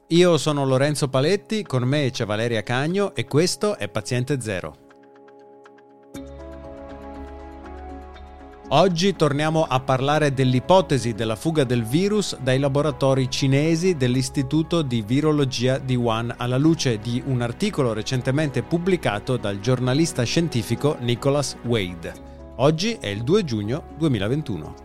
Io sono Lorenzo Paletti, con me c'è Valeria Cagno e questo è Paziente Zero. Oggi torniamo a parlare dell'ipotesi della fuga del virus dai laboratori cinesi dell'Istituto di Virologia di Wuhan, alla luce di un articolo recentemente pubblicato dal giornalista scientifico Nicholas Wade. Oggi è il 2 giugno 2021.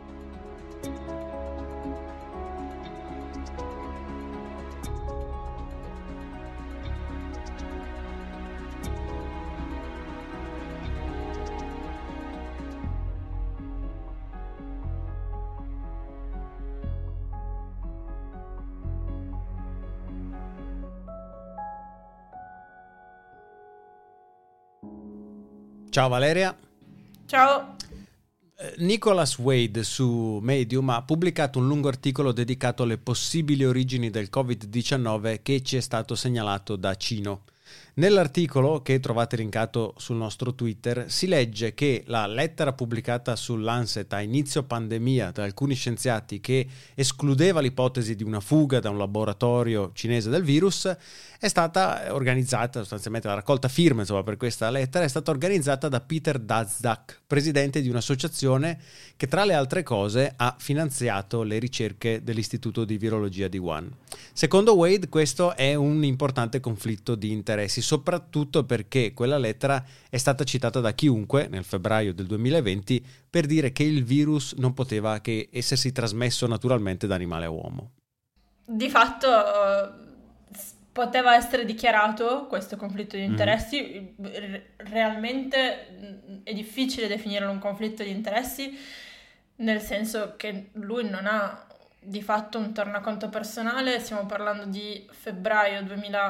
Ciao Valeria. Ciao. Nicholas Wade su Medium ha pubblicato un lungo articolo dedicato alle possibili origini del Covid-19 che ci è stato segnalato da Cino. Nell'articolo, che trovate linkato sul nostro Twitter, si legge che la lettera pubblicata sull'Lancet a inizio pandemia da alcuni scienziati che escludeva l'ipotesi di una fuga da un laboratorio cinese del virus è stata organizzata, sostanzialmente la raccolta firme per questa lettera è stata organizzata da Peter Daszak, presidente di un'associazione che tra le altre cose ha finanziato le ricerche dell'Istituto di Virologia di Wuhan. Secondo Wade questo è un importante conflitto di interessi, soprattutto perché quella lettera è stata citata da chiunque nel febbraio del 2020 per dire che il virus non poteva che essersi trasmesso naturalmente da animale a uomo. Di fatto poteva essere dichiarato questo conflitto di interessi. Realmente è difficile definirlo un conflitto di interessi, nel senso che lui non ha di fatto un tornaconto personale. Stiamo parlando di febbraio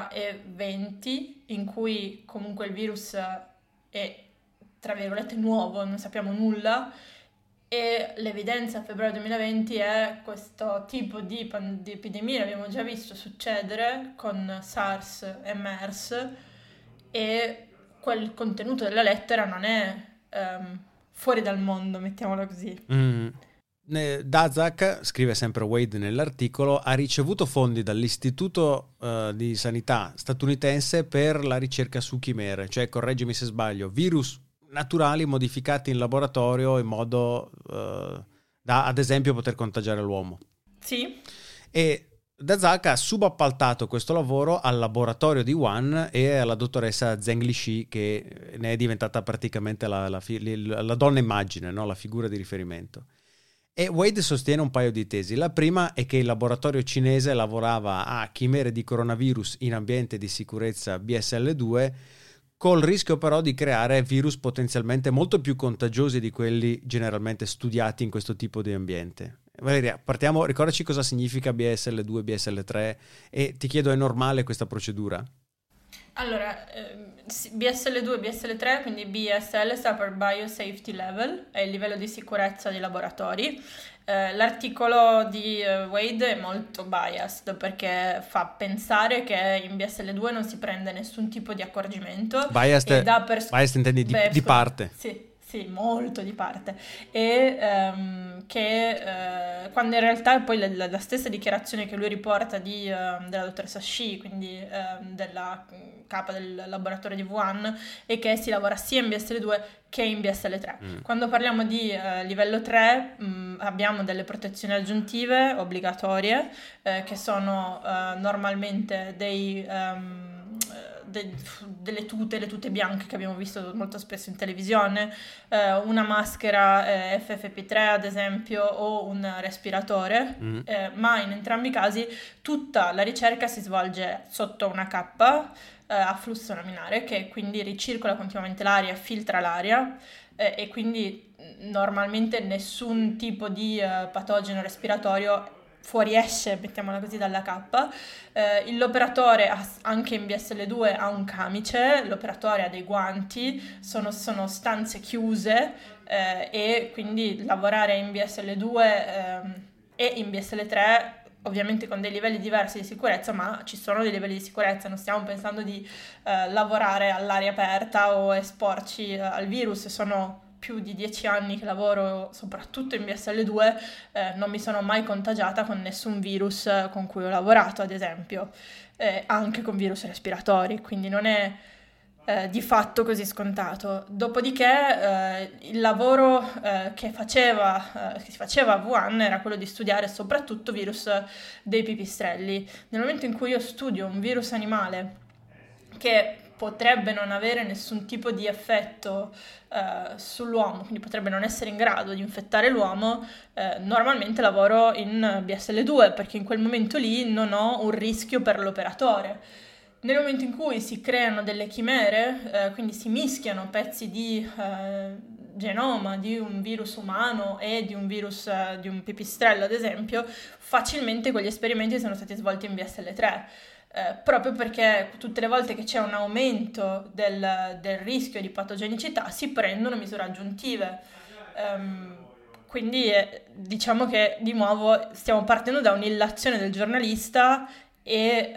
2020, in cui comunque il virus è, tra virgolette, nuovo, non sappiamo nulla, e l'evidenza a febbraio 2020 è questo tipo di epidemia, l'abbiamo già visto succedere con SARS e MERS, e quel contenuto della lettera non è fuori dal mondo, mettiamola così. Daszak, scrive sempre Wade nell'articolo, ha ricevuto fondi dall'Istituto di Sanità statunitense per la ricerca su chimere, cioè, correggimi se sbaglio, virus naturali modificati in laboratorio in modo da, ad esempio, poter contagiare l'uomo. Sì. E Daszak ha subappaltato questo lavoro al laboratorio di Wuhan e alla dottoressa Zheng Lixi, che ne è diventata praticamente la donna immagine, no? La figura di riferimento. E Wade sostiene un paio di tesi. La prima è che il laboratorio cinese lavorava a chimere di coronavirus in ambiente di sicurezza BSL-2, col rischio però di creare virus potenzialmente molto più contagiosi di quelli generalmente studiati in questo tipo di ambiente. Valeria, partiamo, ricordaci cosa significa BSL-2, BSL-3 e ti chiedo, è normale questa procedura? Allora, BSL-2 e BSL-3, quindi BSL sta per Biosafety Level, è il livello di sicurezza dei laboratori. L'articolo di Wade è molto biased perché fa pensare che in BSL-2 non si prende nessun tipo di accorgimento. Biased intendi di parte? Sì, molto di parte, e che quando in realtà poi la stessa dichiarazione che lui riporta della dottoressa Shi, quindi della capa del laboratorio di Wuhan, è che si lavora sia in BSL-2 che in BSL-3. Quando parliamo di livello 3 abbiamo delle protezioni aggiuntive obbligatorie che sono normalmente delle tute, le tute bianche che abbiamo visto molto spesso in televisione, una maschera FFP3 ad esempio, o un respiratore, ma in entrambi i casi tutta la ricerca si svolge sotto una cappa a flusso laminare, che quindi ricircola continuamente l'aria, filtra l'aria, e quindi normalmente nessun tipo di patogeno respiratorio fuoriesce, mettiamola così, dalla cappa. L'operatore anche in BSL-2 ha un camice, l'operatore ha dei guanti, sono stanze chiuse, e quindi lavorare in BSL-2 e in BSL-3 ovviamente con dei livelli diversi di sicurezza, ma ci sono dei livelli di sicurezza, non stiamo pensando di lavorare all'aria aperta o esporci al virus, sono più di 10 anni che lavoro soprattutto in BSL2, non mi sono mai contagiata con nessun virus con cui ho lavorato, ad esempio, anche con virus respiratori, quindi non è di fatto così scontato. Dopodiché il lavoro che si faceva a Wuhan era quello di studiare soprattutto virus dei pipistrelli. Nel momento in cui io studio un virus animale che potrebbe non avere nessun tipo di effetto sull'uomo, quindi potrebbe non essere in grado di infettare l'uomo, normalmente lavoro in BSL2 perché in quel momento lì non ho un rischio per l'operatore. Nel momento in cui si creano delle chimere, quindi si mischiano pezzi di genoma di un virus umano e di un virus di un pipistrello, ad esempio, facilmente quegli esperimenti sono stati svolti in BSL3. Proprio perché tutte le volte che c'è un aumento del rischio di patogenicità si prendono misure aggiuntive. Quindi diciamo che di nuovo stiamo partendo da un'illazione del giornalista e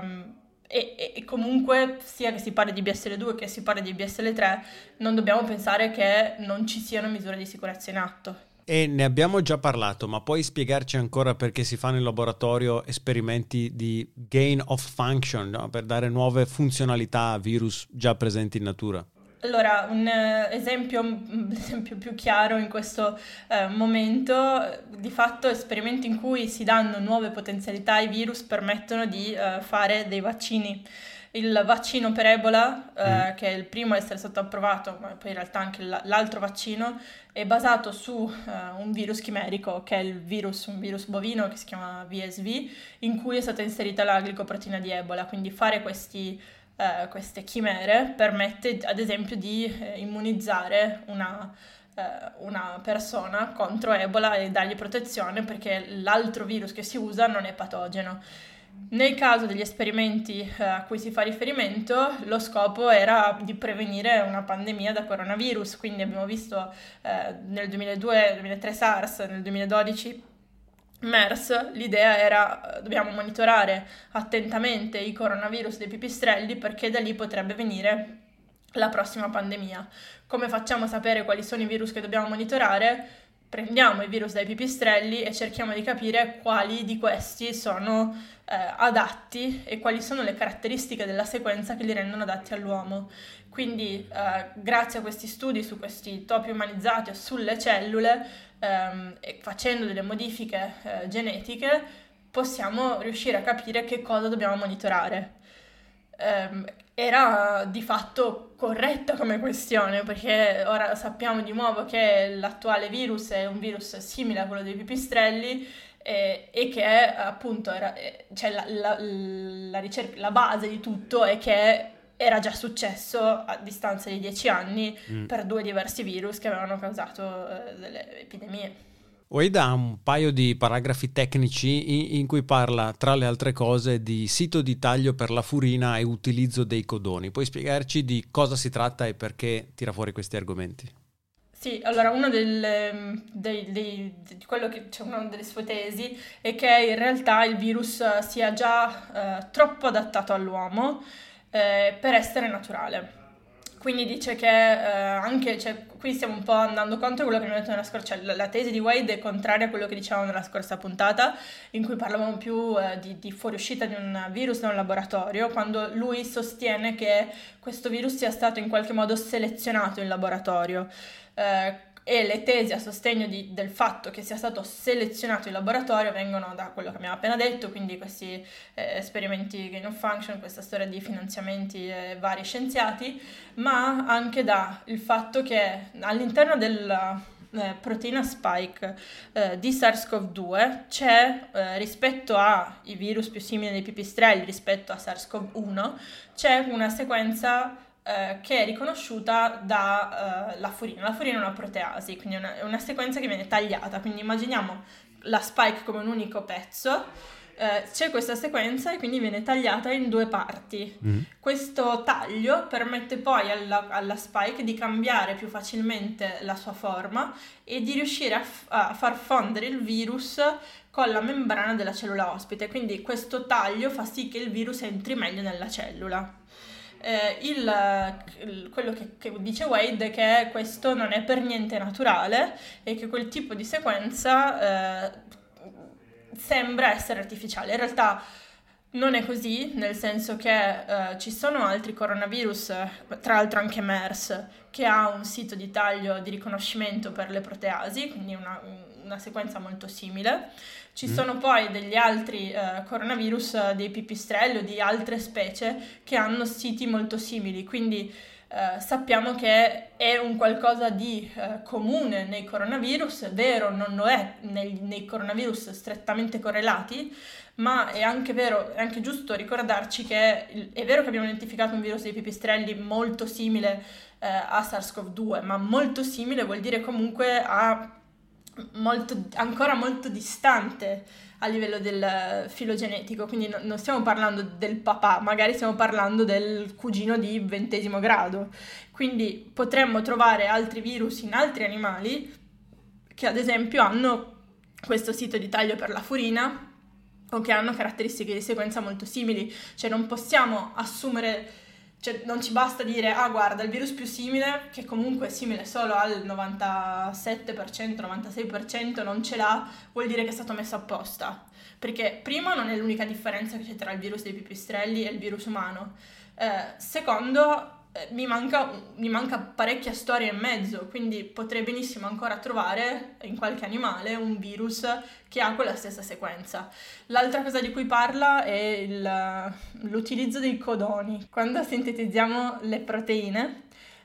comunque sia che si parli di BSL2 che si parli di BSL3 non dobbiamo pensare che non ci siano misure di sicurezza in atto. E ne abbiamo già parlato, ma puoi spiegarci ancora perché si fanno in laboratorio esperimenti di gain of function, no? Per dare nuove funzionalità a virus già presenti in natura? Allora, un esempio più chiaro in questo momento, di fatto esperimenti in cui si danno nuove potenzialità ai virus permettono di fare dei vaccini. Il vaccino per Ebola, che è il primo a essere stato approvato, ma poi in realtà anche l'altro vaccino, è basato su un virus chimerico, che è un virus bovino che si chiama VSV, in cui è stata inserita la glicoproteina di Ebola. Quindi fare queste chimere permette ad esempio di immunizzare una persona contro Ebola e dargli protezione perché l'altro virus che si usa non è patogeno. Nel caso degli esperimenti a cui si fa riferimento, lo scopo era di prevenire una pandemia da coronavirus, quindi abbiamo visto nel 2002-2003 SARS, nel 2012 MERS, l'idea era dobbiamo monitorare attentamente i coronavirus dei pipistrelli perché da lì potrebbe venire la prossima pandemia. Come facciamo a sapere quali sono i virus che dobbiamo monitorare? Prendiamo i virus dai pipistrelli e cerchiamo di capire quali di questi sono adatti e quali sono le caratteristiche della sequenza che li rendono adatti all'uomo. Quindi grazie a questi studi su questi topi umanizzati o sulle cellule e facendo delle modifiche genetiche possiamo riuscire a capire che cosa dobbiamo monitorare. Era di fatto corretta come questione perché ora sappiamo di nuovo che l'attuale virus è un virus simile a quello dei pipistrelli e che appunto cioè la ricerca, la base di tutto è che era già successo a distanza di 10 anni per 2 diversi virus che avevano causato delle epidemie. Wade ha un paio di paragrafi tecnici in cui parla, tra le altre cose, di sito di taglio per la furina e utilizzo dei codoni. Puoi spiegarci di cosa si tratta e perché tira fuori questi argomenti? Sì, allora una delle sue tesi è che in realtà il virus sia già troppo adattato all'uomo per essere naturale. Quindi dice che anche, cioè, qui stiamo un po' andando contro quello che abbiamo detto nella scorsa, cioè la tesi di Wade è contraria a quello che dicevamo nella scorsa puntata, in cui parlavamo più di fuoriuscita di un virus da un laboratorio, quando lui sostiene che questo virus sia stato in qualche modo selezionato in laboratorio. E le tesi a sostegno del fatto che sia stato selezionato in laboratorio vengono da quello che abbiamo appena detto, quindi questi esperimenti gain of function, questa storia di finanziamenti vari scienziati, ma anche da il fatto che all'interno della proteina spike di SARS-CoV-2 c'è rispetto ai virus più simili dei pipistrelli, rispetto a SARS-CoV-1, c'è una sequenza che è riconosciuta dalla furina. La furina è una proteasi, quindi è una sequenza che viene tagliata, quindi immaginiamo la spike come un unico pezzo, c'è questa sequenza e quindi viene tagliata in 2 parti. Questo taglio permette poi alla spike di cambiare più facilmente la sua forma e di riuscire a far fondere il virus con la membrana della cellula ospite, quindi questo taglio fa sì che il virus entri meglio nella cellula. quello che dice Wade è che questo non è per niente naturale e che quel tipo di sequenza sembra essere artificiale. In realtà non è così, nel senso che ci sono altri coronavirus, tra l'altro anche MERS, che ha un sito di taglio di riconoscimento per le proteasi, quindi una sequenza molto simile. Ci sono poi degli altri coronavirus, dei pipistrelli o di altre specie che hanno siti molto simili, quindi sappiamo che è un qualcosa di comune nei coronavirus. È vero, non lo è nei coronavirus strettamente correlati, ma è anche vero, è anche giusto ricordarci che è vero che abbiamo identificato un virus dei pipistrelli molto simile a SARS-CoV-2, ma molto simile vuol dire comunque ancora molto distante a livello del filogenetico, quindi non stiamo parlando del papà, magari stiamo parlando del cugino di 20° grado, quindi potremmo trovare altri virus in altri animali che ad esempio hanno questo sito di taglio per la furina o che hanno caratteristiche di sequenza molto simili, cioè non possiamo assumere, cioè non ci basta dire guarda il virus più simile, che comunque è simile solo al 97%, 96% non ce l'ha, vuol dire che è stato messo apposta, perché primo non è l'unica differenza che c'è tra il virus dei pipistrelli e il virus umano, secondo mi manca parecchia storia in mezzo, quindi potrei benissimo ancora trovare in qualche animale un virus che ha quella stessa sequenza. L'altra cosa di cui parla è l'utilizzo dei codoni. Quando sintetizziamo le proteine,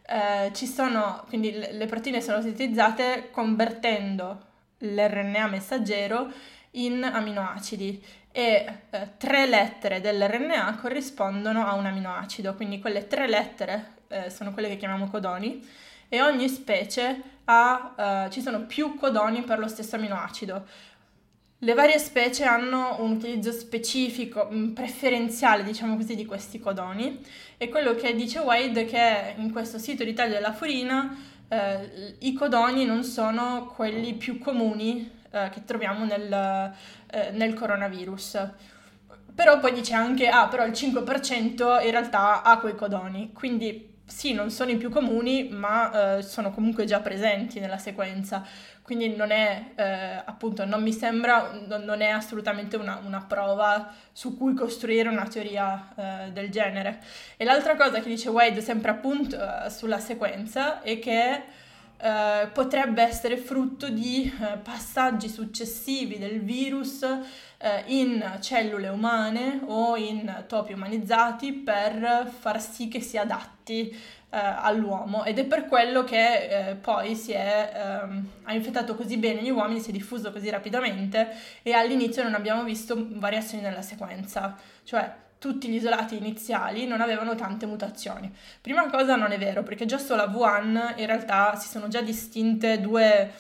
quindi le proteine sono sintetizzate convertendo l'RNA messaggero in aminoacidi e 3 lettere dell'RNA corrispondono a un aminoacido, quindi quelle 3 lettere sono quelle che chiamiamo codoni e ogni specie ci sono più codoni per lo stesso aminoacido. Le varie specie hanno un utilizzo specifico, preferenziale, diciamo così, di questi codoni, e quello che dice Wade è che in questo sito di taglio della furina i codoni non sono quelli più comuni che troviamo nel coronavirus. Però poi dice anche, però il 5% in realtà ha quei codoni, quindi sì, non sono i più comuni, ma sono comunque già presenti nella sequenza, quindi non è, appunto, non mi sembra, non è assolutamente una prova su cui costruire una teoria del genere. E l'altra cosa che dice Wade, sempre appunto sulla sequenza, è che potrebbe essere frutto di passaggi successivi del virus in cellule umane o in topi umanizzati per far sì che si adatti all'uomo, ed è per quello che poi ha infettato così bene gli uomini, si è diffuso così rapidamente e all'inizio non abbiamo visto variazioni nella sequenza, cioè tutti gli isolati iniziali non avevano tante mutazioni. Prima cosa non è vero, perché già solo a Wuhan in realtà si sono già distinte due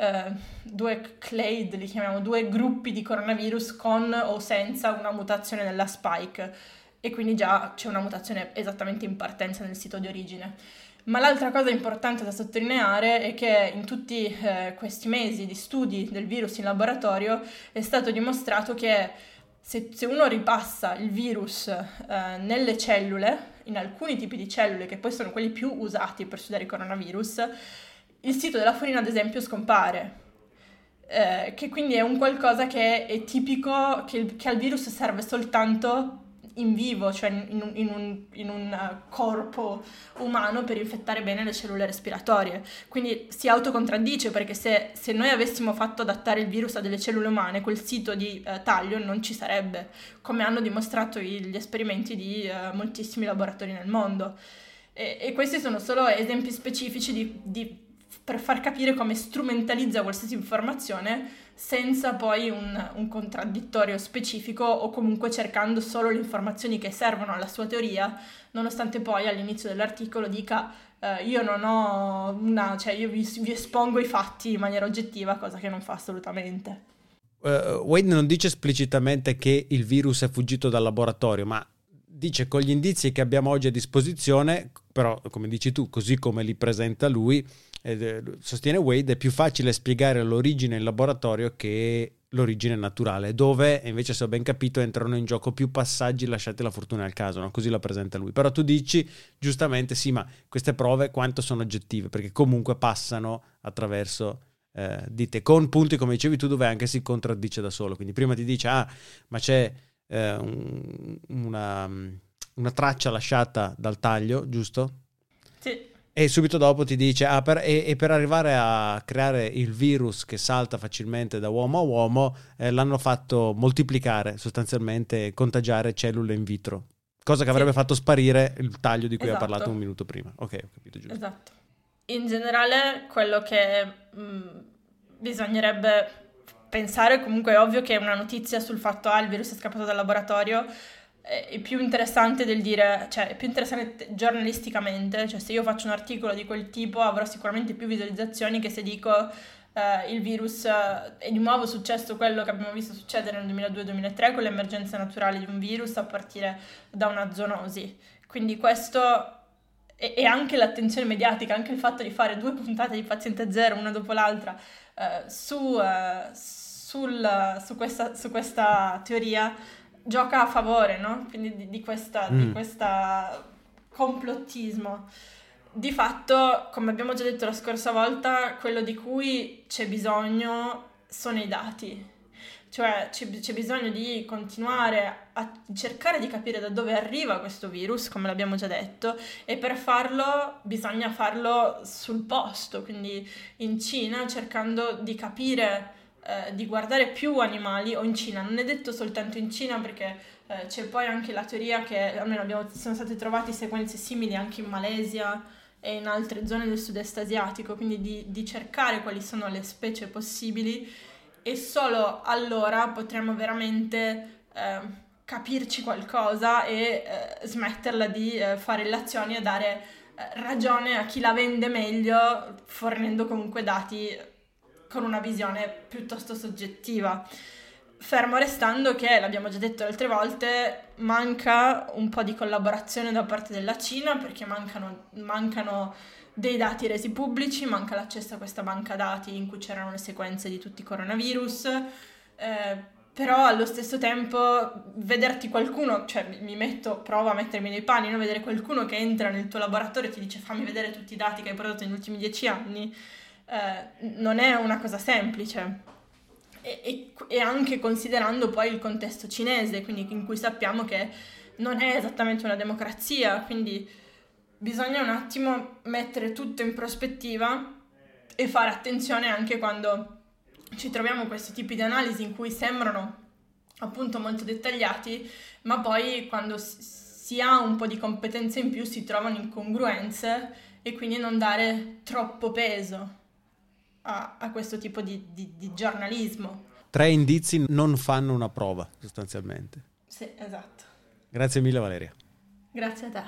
clade, li chiamiamo, 2 gruppi di coronavirus con o senza una mutazione nella spike, e quindi già c'è una mutazione esattamente in partenza nel sito di origine. Ma l'altra cosa importante da sottolineare è che in tutti questi mesi di studi del virus in laboratorio è stato dimostrato che se uno ripassa il virus nelle cellule, in alcuni tipi di cellule che poi sono quelli più usati per studiare il coronavirus, il sito della furina ad esempio scompare, che quindi è un qualcosa che è tipico, che al virus serve soltanto in vivo, cioè in un corpo umano per infettare bene le cellule respiratorie. Quindi si autocontraddice, perché se noi avessimo fatto adattare il virus a delle cellule umane, quel sito di taglio non ci sarebbe, come hanno dimostrato gli esperimenti di moltissimi laboratori nel mondo. E questi sono solo esempi specifici per far capire come strumentalizza qualsiasi informazione senza poi un contraddittorio specifico, o comunque cercando solo le informazioni che servono alla sua teoria, nonostante poi all'inizio dell'articolo dica io non ho cioè io vi espongo i fatti in maniera oggettiva, cosa che non fa assolutamente. Wade non dice esplicitamente che il virus è fuggito dal laboratorio, ma dice con gli indizi che abbiamo oggi a disposizione, però come dici tu, così come li presenta lui, sostiene Wade, è più facile spiegare l'origine in laboratorio che l'origine naturale, dove invece, se ho ben capito, entrano in gioco più passaggi lasciati alla fortuna al caso, no? Così la presenta lui. Però tu dici giustamente, sì, ma queste prove quanto sono oggettive, perché comunque passano attraverso di te, con punti, come dicevi tu, dove anche si contraddice da solo. Quindi prima ti dice ma c'è una traccia lasciata dal taglio, giusto? Sì. E subito dopo ti dice per arrivare a creare il virus che salta facilmente da uomo a uomo, l'hanno fatto moltiplicare, sostanzialmente contagiare cellule in vitro, cosa che avrebbe fatto sparire il taglio di cui ha parlato un minuto prima. Ok, ho capito, giusto. Esatto. In generale quello che bisognerebbe pensare, comunque è ovvio che una notizia sul fatto il virus è scappato dal laboratorio è più interessante del dire, cioè è più interessante giornalisticamente, cioè se io faccio un articolo di quel tipo avrò sicuramente più visualizzazioni che se dico il virus è di nuovo successo quello che abbiamo visto succedere nel 2002-2003 con le emergenze naturali di un virus a partire da una zoonosi. Quindi questo e anche l'attenzione mediatica, anche il fatto di fare 2 puntate di Paziente Zero una dopo l'altra su questa teoria gioca a favore, no? Quindi di questa complottismo. Di fatto, come abbiamo già detto la scorsa volta, quello di cui c'è bisogno sono i dati. Cioè c'è bisogno di continuare a cercare di capire da dove arriva questo virus, come l'abbiamo già detto, e per farlo bisogna farlo sul posto, quindi in Cina, cercando di capire, di guardare più animali, o in Cina, non è detto soltanto in Cina perché c'è poi anche la teoria che almeno sono state trovate sequenze simili anche in Malesia e in altre zone del sud-est asiatico, quindi di cercare quali sono le specie possibili. E solo allora potremo veramente capirci qualcosa e smetterla di fare illazioni e dare ragione a chi la vende meglio, fornendo comunque dati con una visione piuttosto soggettiva. Fermo restando che, l'abbiamo già detto altre volte, manca un po' di collaborazione da parte della Cina, perché mancano dei dati resi pubblici, manca l'accesso a questa banca dati in cui c'erano le sequenze di tutti i coronavirus, però allo stesso tempo vederti qualcuno, cioè provo a mettermi nei panni, no? Vedere qualcuno che entra nel tuo laboratorio e ti dice fammi vedere tutti i dati che hai prodotto negli ultimi 10 anni, non è una cosa semplice. E anche considerando poi il contesto cinese, quindi in cui sappiamo che non è esattamente una democrazia, quindi bisogna un attimo mettere tutto in prospettiva e fare attenzione anche quando ci troviamo questi tipi di analisi in cui sembrano appunto molto dettagliati, ma poi quando si ha un po' di competenze in più si trovano incongruenze e quindi non dare troppo peso a questo tipo di giornalismo. 3 indizi non fanno una prova, sostanzialmente. Sì, esatto. Grazie mille, Valeria. Grazie a te.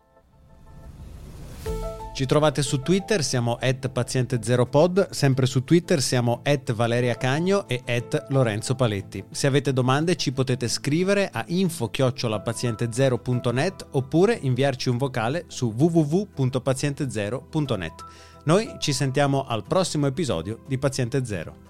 Ci trovate su Twitter, siamo @paziente0pod, sempre su Twitter siamo @Valeria Cagno e @Lorenzo Paletti. Se avete domande ci potete scrivere a info@pazientezero.net oppure inviarci un vocale su www.pazientezero.net. Noi ci sentiamo al prossimo episodio di Paziente Zero.